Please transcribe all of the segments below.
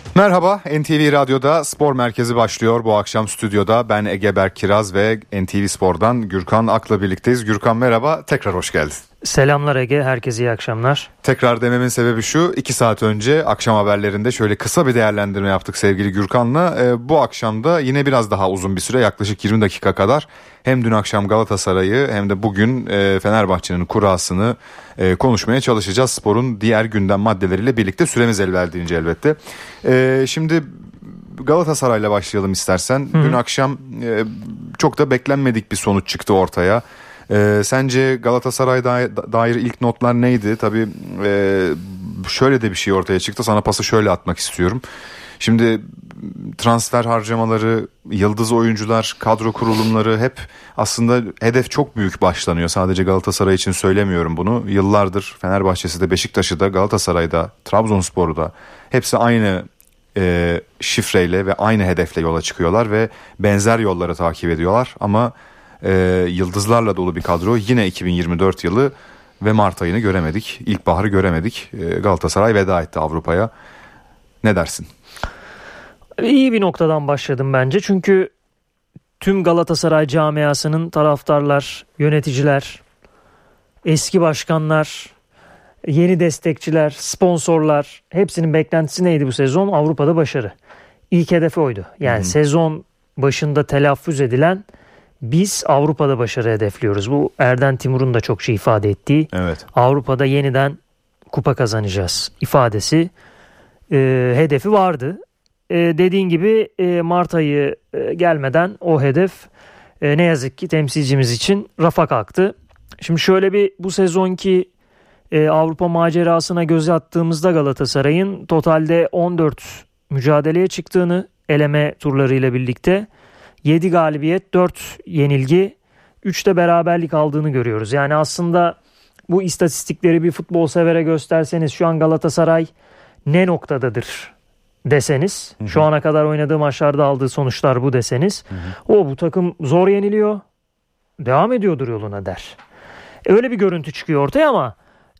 Merhaba, NTV Radyo'da Spor Merkezi başlıyor. Bu akşam stüdyoda ben Ege Berk Kiraz ve NTV Spor'dan Gürkan Ak'la birlikteyiz. Gürkan merhaba, tekrar hoş geldin. Selamlar Ege, herkese iyi akşamlar. Tekrar dememin sebebi şu, 2 saat önce akşam haberlerinde şöyle kısa bir değerlendirme yaptık sevgili Gürkan'la. Bu akşam da yine biraz daha uzun bir süre, yaklaşık 20 dakika kadar hem dün akşam Galatasaray'ı hem de bugün Fenerbahçe'nin kurasını konuşmaya çalışacağız. Sporun diğer gündem maddeleriyle birlikte, süremiz el verdiğince elbette. Şimdi Galatasaray'la başlayalım istersen. Dün akşam çok da beklenmedik bir sonuç çıktı ortaya. Sence Galatasaray'a dair ilk notlar neydi? Tabii şöyle de bir şey ortaya çıktı. Sana pası şöyle atmak istiyorum. Şimdi transfer harcamaları, yıldız oyuncular, kadro kurulumları hep aslında hedef çok büyük başlanıyor. Sadece Galatasaray için söylemiyorum bunu. Yıllardır Fenerbahçe'si de, Beşiktaş'ı da, Galatasaray'da, Trabzonspor'da hepsi aynı şifreyle ve aynı hedefle yola çıkıyorlar ve benzer yolları takip ediyorlar. Ama yıldızlarla dolu bir kadro. Yine 2024 yılı ve Mart ayını göremedik. İlkbaharı göremedik. Galatasaray veda etti Avrupa'ya. Ne dersin? İyi bir noktadan başladım bence. Çünkü tüm Galatasaray camiasının taraftarlar, yöneticiler, eski başkanlar, yeni destekçiler, sponsorlar, hepsinin beklentisi neydi bu sezon? Avrupa'da başarı. İlk hedefi oydu. Yani sezon başında telaffuz edilen, biz Avrupa'da başarı hedefliyoruz. Bu Erden Timur'un da çok şey ifade ettiği. Evet. Avrupa'da yeniden kupa kazanacağız ifadesi, hedefi vardı. Dediğin gibi Mart ayı gelmeden o hedef ne yazık ki temsilcimiz için rafa kalktı. Şimdi şöyle bir bu sezonki Avrupa macerasına göz attığımızda Galatasaray'ın totalde 14 mücadeleye çıktığını, eleme turlarıyla birlikte 7 galibiyet, 4 yenilgi, 3 de beraberlik aldığını görüyoruz. Yani aslında bu istatistikleri bir futbol severe gösterseniz, şu an Galatasaray ne noktadadır deseniz, şu ana kadar oynadığı maçlarda aldığı sonuçlar bu deseniz, bu takım zor yeniliyor, devam ediyordur yoluna der. Öyle bir görüntü çıkıyor ortaya ama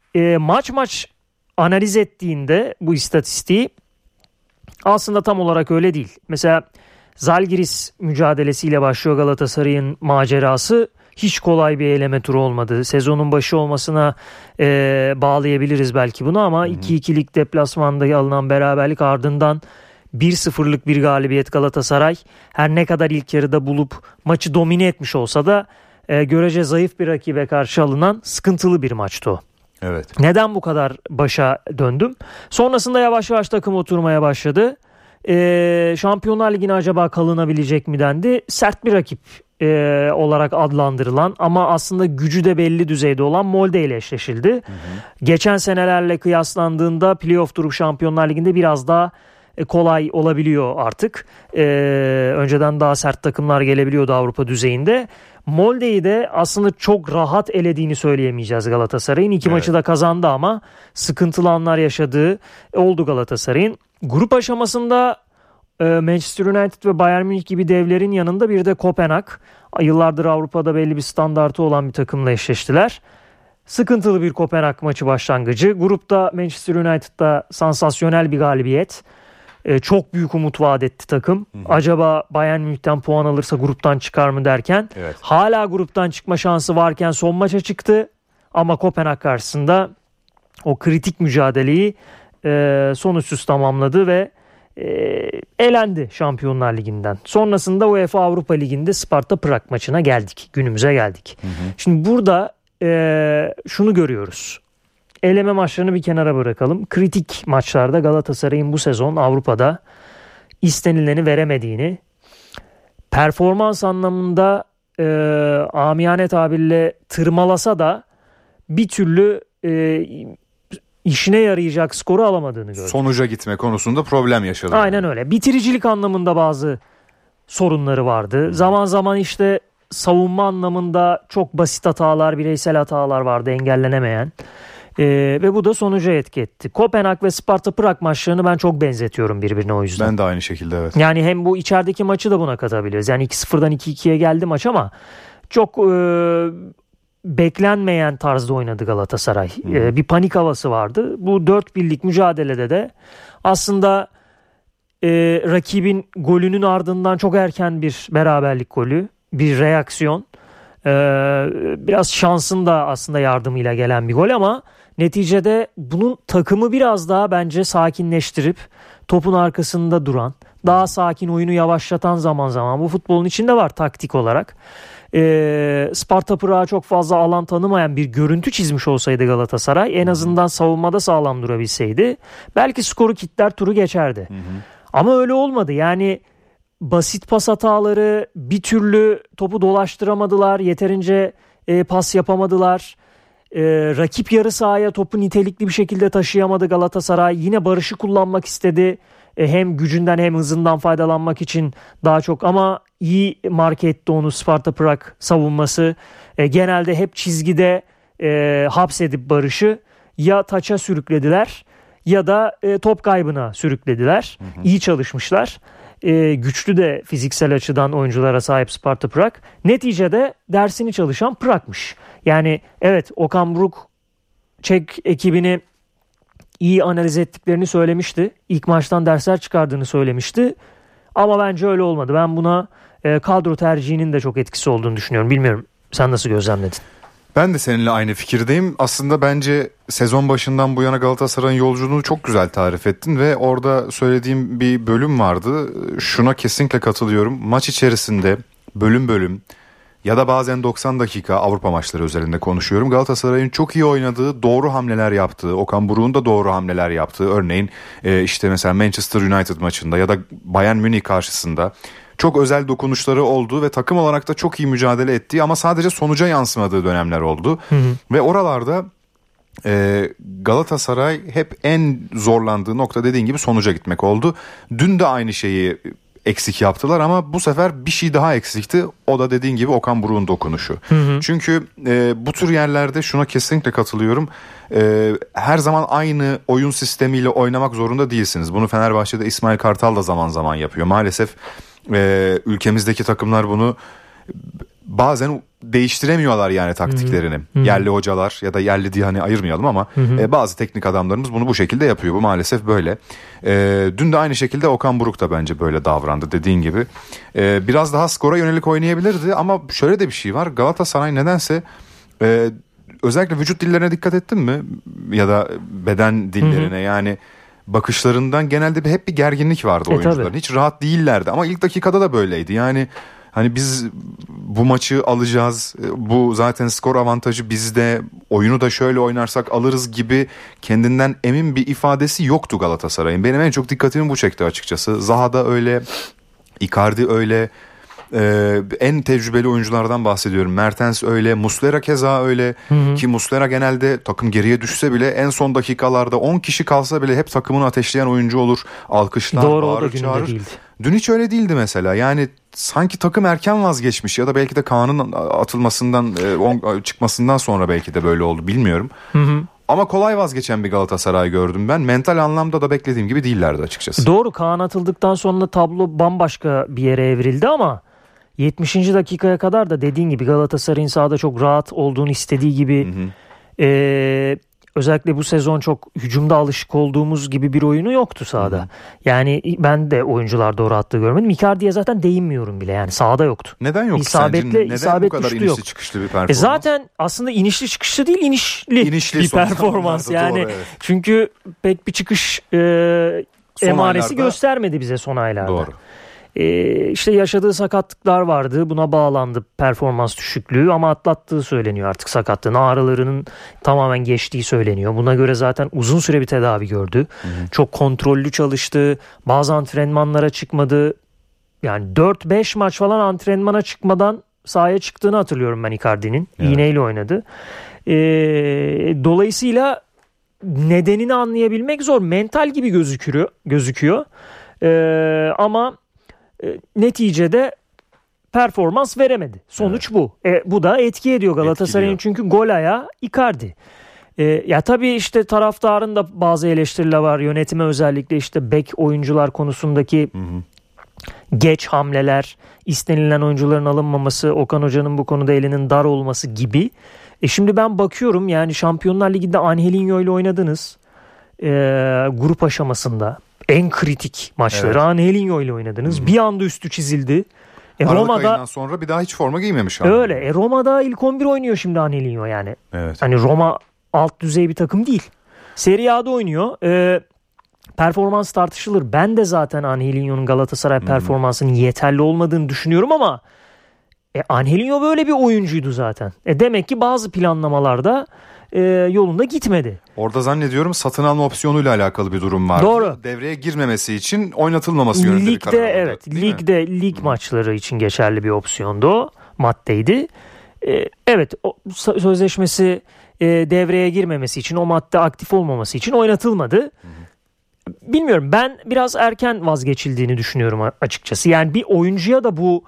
maç analiz ettiğinde bu istatistiği aslında tam olarak öyle değil. Mesela Zalgiris mücadelesiyle başlıyor Galatasaray'ın macerası. Hiç kolay bir eleme turu olmadı. Sezonun başı olmasına bağlayabiliriz belki bunu ama 2-2'lik deplasmanda alınan beraberlik, ardından 1-0'lık bir galibiyet Galatasaray. Her ne kadar ilk yarıda bulup maçı domine etmiş olsa da görece zayıf bir rakibe karşı alınan sıkıntılı bir maçtı o. Evet. Neden bu kadar başa döndüm? Sonrasında yavaş yavaş takım oturmaya başladı. Şampiyonlar Ligi'ne acaba kalınabilecek mi dendi. Sert bir rakip olarak adlandırılan ama aslında gücü de belli düzeyde olan Molde ile eşleşildi. Geçen senelerle kıyaslandığında playoff turu Şampiyonlar Ligi'nde biraz daha kolay olabiliyor artık. Önceden daha sert takımlar gelebiliyordu Avrupa düzeyinde. Molde'yi de aslında çok rahat elediğini söyleyemeyeceğiz Galatasaray'ın. 2 maçı da kazandı ama sıkıntılı anlar yaşadığı oldu Galatasaray'ın. Grup aşamasında Manchester United ve Bayern Münih gibi devlerin yanında bir de Kopenhag, yıllardır Avrupa'da belli bir standartı olan bir takımla eşleştiler. Sıkıntılı bir Kopenhag maçı başlangıcı. Grupta Manchester United'da sansasyonel bir galibiyet. Çok büyük umut vaat etti takım. Acaba Bayern Münih'ten puan alırsa gruptan çıkar mı derken, hala gruptan çıkma şansı varken son maça çıktı. Ama Kopenhag karşısında o kritik mücadeleyi sonuçsuz tamamladı ve elendi Şampiyonlar Ligi'nden. Sonrasında UEFA Avrupa Ligi'nde Sparta Prag maçına geldik. Günümüze geldik. Şimdi burada şunu görüyoruz. Eleme maçlarını bir kenara bırakalım. Kritik maçlarda Galatasaray'ın bu sezon Avrupa'da istenileni veremediğini, performans anlamında amiyane tabirle tırmalasa da bir türlü işine yarayacak skoru alamadığını gördük. Sonuca gitme konusunda problem yaşadı. Aynen öyle. Bitiricilik anlamında bazı sorunları vardı. Zaman zaman işte savunma anlamında çok basit hatalar, bireysel hatalar vardı engellenemeyen. Ve bu da sonuca etki etti. Kopenhag ve Sparta Prag maçlarını ben çok benzetiyorum birbirine o yüzden. Ben de aynı şekilde, evet. Yani hem bu içerideki maçı da buna katabiliriz. Yani 2-0'dan 2-2'ye geldi maç ama çok beklenmeyen tarzda oynadı Galatasaray. Bir panik havası vardı. Bu 4-1'lik mücadelede de aslında rakibin golünün ardından çok erken bir beraberlik golü, bir reaksiyon. Biraz şansın da aslında yardımıyla gelen bir gol ama neticede bunun takımı biraz daha bence sakinleştirip topun arkasında duran, daha sakin, oyunu yavaşlatan zaman zaman, bu futbolun içinde var taktik olarak. Sparta Prag'a çok fazla alan tanımayan bir görüntü çizmiş olsaydı Galatasaray, en azından savunmada sağlam durabilseydi belki skoru kitler, turu geçerdi. Ama öyle olmadı. Yani basit pas hataları, bir türlü topu dolaştıramadılar, yeterince pas yapamadılar. Rakip yarı sahaya topu nitelikli bir şekilde taşıyamadı Galatasaray. Yine Barış'ı kullanmak istedi. Hem gücünden hem hızından faydalanmak için daha çok, ama iyi marke etti onu Sparta Prag savunması. Genelde hep çizgide hapsedip Barış'ı ya taça sürüklediler ya da top kaybına sürüklediler. İyi çalışmışlar. Güçlü de fiziksel açıdan oyunculara sahip Sparta Prag. Neticede dersini çalışan Prag'mış. Yani evet, Okan Buruk Çek ekibini iyi analiz ettiklerini söylemişti. İlk maçtan dersler çıkardığını söylemişti. Ama bence öyle olmadı. Ben buna kadro tercihinin de çok etkisi olduğunu düşünüyorum. Bilmiyorum, sen nasıl gözlemledin? Ben de seninle aynı fikirdeyim. Aslında bence sezon başından bu yana Galatasaray'ın yolculuğunu çok güzel tarif ettin ve orada söylediğim bir bölüm vardı. Şuna kesinlikle katılıyorum. Maç içerisinde bölüm bölüm ya da bazen 90 dakika Avrupa maçları üzerinde konuşuyorum. Galatasaray'ın çok iyi oynadığı, doğru hamleler yaptığı, Okan Buruk'un da doğru hamleler yaptığı, örneğin işte mesela Manchester United maçında ya da Bayern Münih karşısında çok özel dokunuşları oldu ve takım olarak da çok iyi mücadele ettiği ama sadece sonuca yansımadığı dönemler oldu. Ve oralarda Galatasaray hep en zorlandığı nokta, dediğin gibi, sonuca gitmek oldu. Dün de aynı şeyi eksik yaptılar ama bu sefer bir şey daha eksikti. O da dediğin gibi Okan Buruk'un dokunuşu. Çünkü bu tür yerlerde şuna kesinlikle katılıyorum. Her zaman aynı oyun sistemiyle oynamak zorunda değilsiniz. Bunu Fenerbahçe'de İsmail Kartal da zaman zaman yapıyor. Maalesef ülkemizdeki takımlar bunu bazen değiştiremiyorlar yani taktiklerini. Yerli hocalar ya da yerli diye hani ayırmayalım ama bazı teknik adamlarımız bunu bu şekilde yapıyor. Bu maalesef böyle. Dün de aynı şekilde Okan Buruk da bence böyle davrandı, dediğin gibi. Biraz daha skora yönelik oynayabilirdi ama şöyle de bir şey var. Galatasaray nedense özellikle vücut dillerine dikkat ettin mi? Ya da beden dillerine, yani bakışlarından genelde hep bir gerginlik vardı oyuncuların. Tabii. Hiç rahat değillerdi ama ilk dakikada da böyleydi. Yani hani biz bu maçı alacağız, bu zaten skor avantajı bizde, oyunu da şöyle oynarsak alırız gibi kendinden emin bir ifadesi yoktu Galatasaray'ın. Benim en çok dikkatimi bu çekti açıkçası. Zaha'da öyle, Icardi öyle, en tecrübeli oyunculardan bahsediyorum. Mertens öyle, Muslera keza öyle. Ki Muslera genelde takım geriye düşse bile en son dakikalarda 10 kişi kalsa bile hep takımını ateşleyen oyuncu olur. Alkışlar, bağırır, çağırır. Dün hiç öyle değildi mesela. Yani sanki takım erken vazgeçmiş ya da belki de Kaan'ın atılmasından, çıkmasından sonra belki de böyle oldu, bilmiyorum. Ama kolay vazgeçen bir Galatasaray gördüm ben. Mental anlamda da beklediğim gibi değillerdi açıkçası. Doğru, Kaan atıldıktan sonra tablo bambaşka bir yere evrildi ama 70. dakikaya kadar da dediğin gibi Galatasaray'ın sahada çok rahat olduğunu, istediği gibi özellikle bu sezon çok hücumda alışık olduğumuz gibi bir oyunu yoktu sahada. Yani ben de oyuncularda o rahatlığı görmedim. Icardi'ye zaten değinmiyorum bile, yani sahada yoktu. Neden yoktu sence? Neden bu kadar inişli çıkışlı bir performans? Zaten aslında inişli çıkışlı değil, inişli bir performans. Yani doğru, evet. Çünkü pek bir çıkış emaresi göstermedi bize son aylarda. Doğru. İşte yaşadığı sakatlıklar vardı. Buna bağlandı performans düşüklüğü ama atlattığı söyleniyor artık sakatlığın. Ağrılarının tamamen geçtiği söyleniyor. Buna göre zaten uzun süre bir tedavi gördü. Çok kontrollü çalıştı. Bazı antrenmanlara çıkmadı. Yani 4-5 maç falan antrenmana çıkmadan sahaya çıktığını hatırlıyorum ben Icardi'nin. Evet. İğneyle oynadı. Dolayısıyla nedenini anlayabilmek zor. Mental gibi gözüküyor. Ama neticede performans veremedi. Sonuç bu. Bu da etki ediyor Galatasaray'ın, çünkü gol ayağı Icardi. Ya tabii işte taraftarın da bazı eleştiriler var. Yönetime özellikle işte bek oyuncular konusundaki geç hamleler, istenilen oyuncuların alınmaması, Okan Hoca'nın bu konuda elinin dar olması gibi. Şimdi ben bakıyorum, yani Şampiyonlar Ligi'nde Angelinho ile oynadınız. Grup aşamasında. En kritik maçları. Evet. Angelinho ile oynadınız. Bir anda üstü çizildi. Aralık ayından sonra bir daha hiç forma giymemiş. Öyle. Roma'da ilk 11 oynuyor şimdi Angelinho yani. Evet. Hani Roma alt düzey bir takım değil. Serie A'da oynuyor. Performans tartışılır. Ben de zaten Angelinho'nun Galatasaray performansının yeterli olmadığını düşünüyorum ama Angelinho böyle bir oyuncuydu zaten. Demek ki bazı planlamalarda yolunda gitmedi. Orada zannediyorum satın alma opsiyonuyla alakalı bir durum vardı. Doğru. Devreye girmemesi için oynatılmaması yönünde bir karar aldı. Evet. Lig maçları için geçerli bir opsiyondu o. Maddeydi. Evet. Sözleşmesi devreye girmemesi için, o madde aktif olmaması için oynatılmadı. Bilmiyorum. Ben biraz erken vazgeçildiğini düşünüyorum açıkçası. Yani bir oyuncuya da bu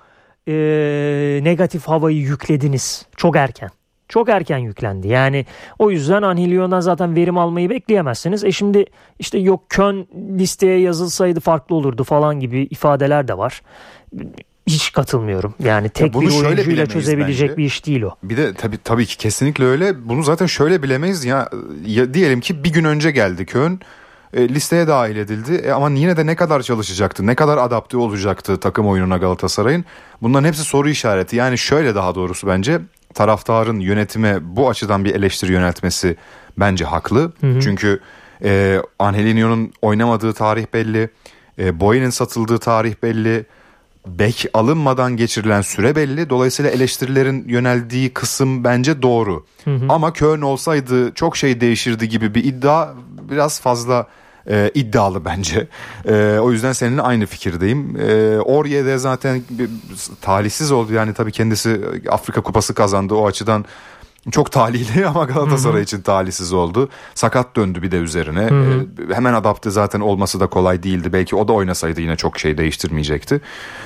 negatif havayı yüklediniz. Çok erken. Çok erken yüklendi. Yani o yüzden Angelinho'dan zaten verim almayı bekleyemezsiniz. Şimdi işte yok Köln listeye yazılsaydı farklı olurdu falan gibi ifadeler de var. Hiç katılmıyorum. Yani tek bir oyuncuyla çözebilecek bence bir iş değil o. Bir de tabii ki kesinlikle öyle. Bunu zaten şöyle bilemeyiz ya diyelim ki bir gün önce geldi Köln. Listeye dahil edildi ama yine de ne kadar çalışacaktı, ne kadar adapte olacaktı takım oyununa Galatasaray'ın, bunların hepsi soru işareti. Yani şöyle, daha doğrusu bence taraftarın yönetime bu açıdan bir eleştiri yöneltmesi bence haklı. Çünkü Angelinho'nun oynamadığı tarih belli, Boyen'in satıldığı tarih belli, bek alınmadan geçirilen süre belli. Dolayısıyla eleştirilerin yöneldiği kısım bence doğru. Ama Köln olsaydı çok şey değişirdi gibi bir iddia biraz fazla iddialı bence. O yüzden seninle aynı fikirdeyim. Aurier de zaten talihsiz oldu. Yani tabii kendisi Afrika Kupası kazandı. O açıdan çok talihli ama Galatasaray için talihsiz oldu. Sakat döndü bir de üzerine. Hemen adapte zaten olması da kolay değildi. Belki o da oynasaydı yine çok şey değiştirmeyecekti.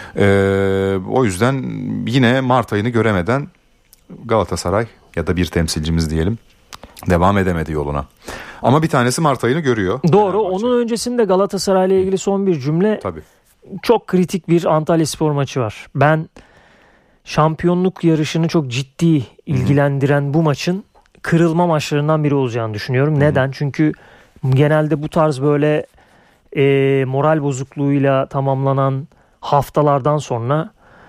O yüzden yine Mart ayını göremeden Galatasaray, ya da bir temsilcimiz diyelim, devam edemedi yoluna. Ama bir tanesi Mart ayını görüyor. Doğru. Onun öncesinde Galatasaray'la ilgili son bir cümle. Tabii. Çok kritik bir Antalyaspor maçı var. Ben şampiyonluk yarışını çok ciddi ilgilendiren bu maçın kırılma maçlarından biri olacağını düşünüyorum. Neden? Çünkü genelde bu tarz böyle moral bozukluğuyla tamamlanan haftalardan sonra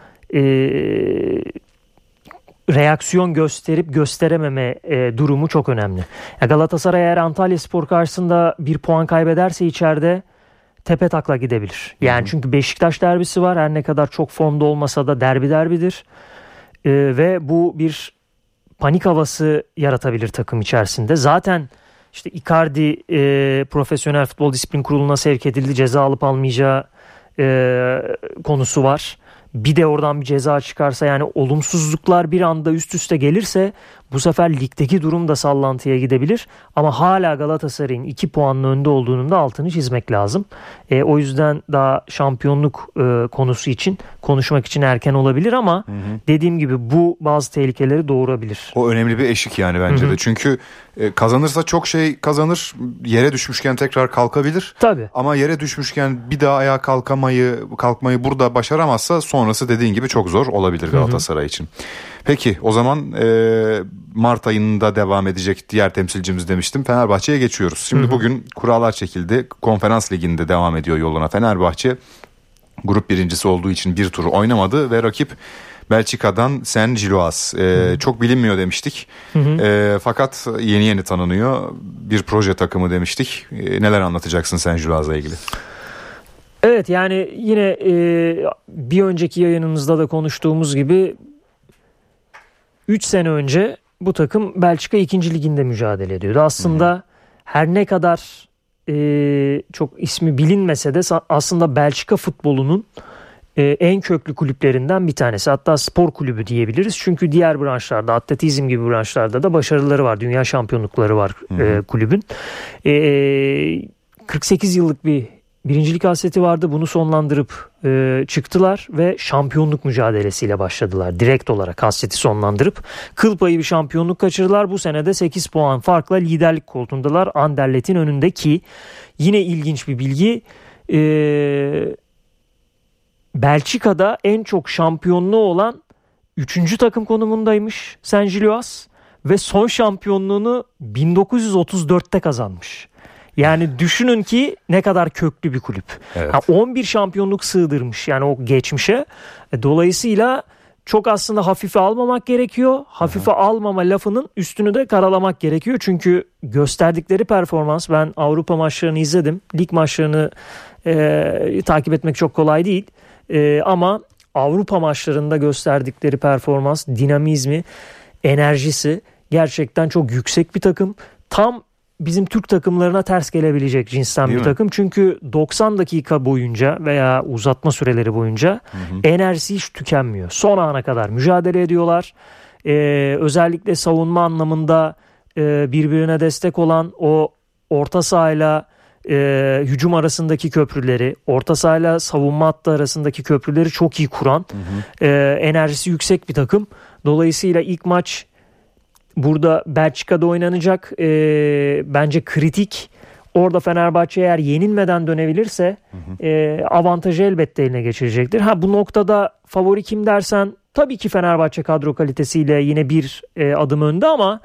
reaksiyon gösterip gösterememe durumu çok önemli. Galatasaray eğer Antalyaspor karşısında bir puan kaybederse içeride tepe takla gidebilir. Yani çünkü Beşiktaş derbisi var. Her ne kadar çok formda olmasa da derbidir. Ve bu bir panik havası yaratabilir takım içerisinde. Zaten işte Icardi Profesyonel Futbol Disiplin Kurulu'na sevk edildi. Ceza alıp almayacağı konusu var. Bir de oradan bir ceza çıkarsa, yani olumsuzluklar bir anda üst üste gelirse bu sefer ligdeki durum da sallantıya gidebilir. Ama hala Galatasaray'ın 2 puanla önde olduğunun da altını çizmek lazım. O yüzden daha şampiyonluk konusu için konuşmak için erken olabilir ama dediğim gibi bu bazı tehlikeleri doğurabilir. O önemli bir eşik yani bence de. Çünkü kazanırsa çok şey kazanır. Yere düşmüşken tekrar kalkabilir. Tabii. Ama yere düşmüşken bir daha ayağa kalkmayı burada başaramazsa sonrası dediğin gibi çok zor olabilir Galatasaray için. Peki o zaman Mart ayında devam edecek diğer temsilcimiz demiştim. Fenerbahçe'ye geçiyoruz. Şimdi bugün kurallar çekildi. Konferans Ligi'nde devam ediyor yoluna Fenerbahçe. Grup birincisi olduğu için bir turu oynamadı ve rakip Belçika'dan Saint-Gilloise. Çok bilinmiyor demiştik. Fakat yeni tanınıyor. Bir proje takımı demiştik. Neler anlatacaksın Saint-Gilloise'la ilgili? Evet, yani yine bir önceki yayınımızda da konuştuğumuz gibi 3 sene önce bu takım Belçika 2. Liginde mücadele ediyordu. Aslında her ne kadar çok ismi bilinmese de aslında Belçika futbolunun en köklü kulüplerinden bir tanesi. Hatta spor kulübü diyebiliriz. Çünkü diğer branşlarda, atletizm gibi branşlarda da başarıları var. Dünya şampiyonlukları var kulübün. 48 yıllık bir birincilik hasreti vardı. Bunu sonlandırıp çıktılar ve şampiyonluk mücadelesiyle başladılar. Direkt olarak hasreti sonlandırıp kıl payı bir şampiyonluk kaçırdılar. Bu sene de 8 puan farkla liderlik koltuğundalar. Anderlet'in önündeki yine ilginç bir bilgi. Belçika'da en çok şampiyonluğu olan 3. takım konumundaymış Saint-Gilloise ve son şampiyonluğunu 1934'te kazanmış. Yani düşünün ki ne kadar köklü bir kulüp. Evet. 11 şampiyonluk sığdırmış yani o geçmişe. Dolayısıyla çok aslında hafife almamak gerekiyor. Hafife almama lafının üstünü de karalamak gerekiyor. Çünkü gösterdikleri performans, ben Avrupa maçlarını izledim. Lig maçlarını takip etmek çok kolay değil. Ama Avrupa maçlarında gösterdikleri performans, dinamizmi, enerjisi gerçekten çok yüksek bir takım. Tam bizim Türk takımlarına ters gelebilecek cinsten bir takım. Çünkü 90 dakika boyunca veya uzatma süreleri boyunca enerjisi hiç tükenmiyor. Son ana kadar mücadele ediyorlar. Özellikle savunma anlamında birbirine destek olan o orta sahayla hücum arasındaki köprüleri, orta sahayla savunma hattı arasındaki köprüleri çok iyi kuran, enerjisi yüksek bir takım. Dolayısıyla ilk maç burada Belçika'da oynanacak. Bence kritik. Orada Fenerbahçe eğer yenilmeden dönebilirse avantajı elbette eline geçirecektir. Bu noktada favori kim dersen tabii ki Fenerbahçe kadro kalitesiyle yine bir adım önde ama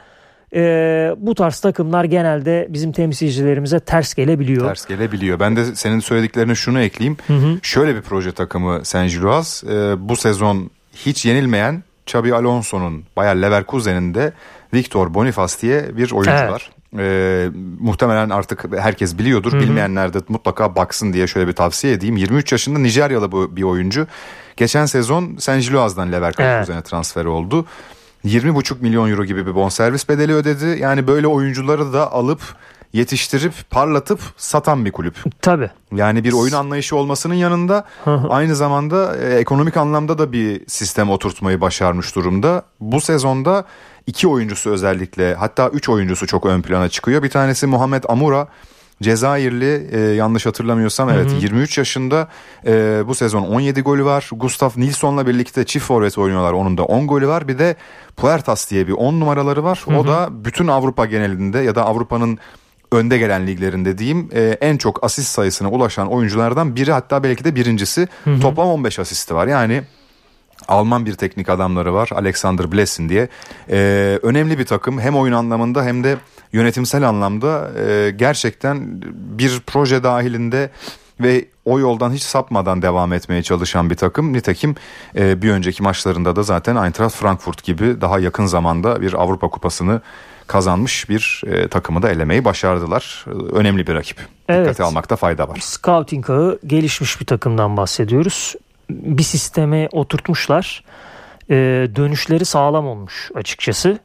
bu tarz takımlar genelde bizim temsilcilerimize ters gelebiliyor. Ben de senin söylediklerine şunu ekleyeyim. Şöyle bir proje takımı Saint-Gilloise. Bu sezon hiç yenilmeyen Xabi Alonso'nun Bayer Leverkusen'in de Victor Boniface diye bir oyuncu var. Muhtemelen artık herkes biliyordur. Bilmeyenler de mutlaka baksın diye şöyle bir tavsiye edeyim. 23 yaşında Nijeryalı bir oyuncu. Geçen sezon Saint-Gilloise'dan Leverkusen'e transfer oldu. 20,5 milyon euro gibi bir bonservis bedeli ödedi. Yani böyle oyuncuları da alıp yetiştirip parlatıp satan bir kulüp. Tabii. Yani bir oyun anlayışı olmasının yanında aynı zamanda ekonomik anlamda da bir sistem oturtmayı başarmış durumda. Bu sezonda 2 oyuncusu özellikle, hatta 3 oyuncusu çok ön plana çıkıyor. Bir tanesi Muhammed Amoura, Cezayirli, yanlış hatırlamıyorsam 23 yaşında, bu sezon 17 golü var. Gustav Nilsson'la birlikte çift forvet oynuyorlar, onun da 10 golü var. Bir de Puertas diye bir 10 numaraları var. O da bütün Avrupa genelinde ya da Avrupa'nın önde gelen liglerinde diyeyim en çok asist sayısına ulaşan oyunculardan biri, hatta belki de birincisi. Toplam 15 asisti var. Yani Alman bir teknik adamları var, Alexander Blessin diye. Önemli bir takım, hem oyun anlamında hem de yönetimsel anlamda gerçekten bir proje dahilinde ve o yoldan hiç sapmadan devam etmeye çalışan bir takım. Nitekim bir önceki maçlarında da zaten Eintracht Frankfurt gibi daha yakın zamanda bir Avrupa Kupası'nı kazanmış bir takımı da elemeyi başardılar. Önemli bir rakip. Evet. Dikkate almakta fayda var. Scouting ağı gelişmiş bir takımdan bahsediyoruz. Bir sisteme oturtmuşlar. Dönüşleri sağlam olmuş açıkçası.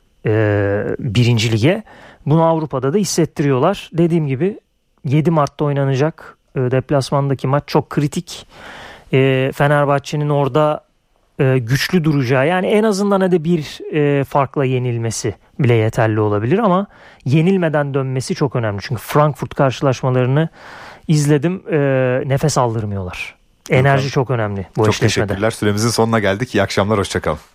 1. lige. Bunu Avrupa'da da hissettiriyorlar. Dediğim gibi 7 Mart'ta oynanacak deplasmandaki maç çok kritik. Fenerbahçe'nin orada güçlü duracağı, yani en azından hadi bir farkla yenilmesi bile yeterli olabilir ama yenilmeden dönmesi çok önemli. Çünkü Frankfurt karşılaşmalarını izledim, nefes aldırmıyorlar. Enerji çok önemli bu eşleşmede. Çok teşekkürler. Süremizin sonuna geldik. İyi akşamlar, hoşça kalın.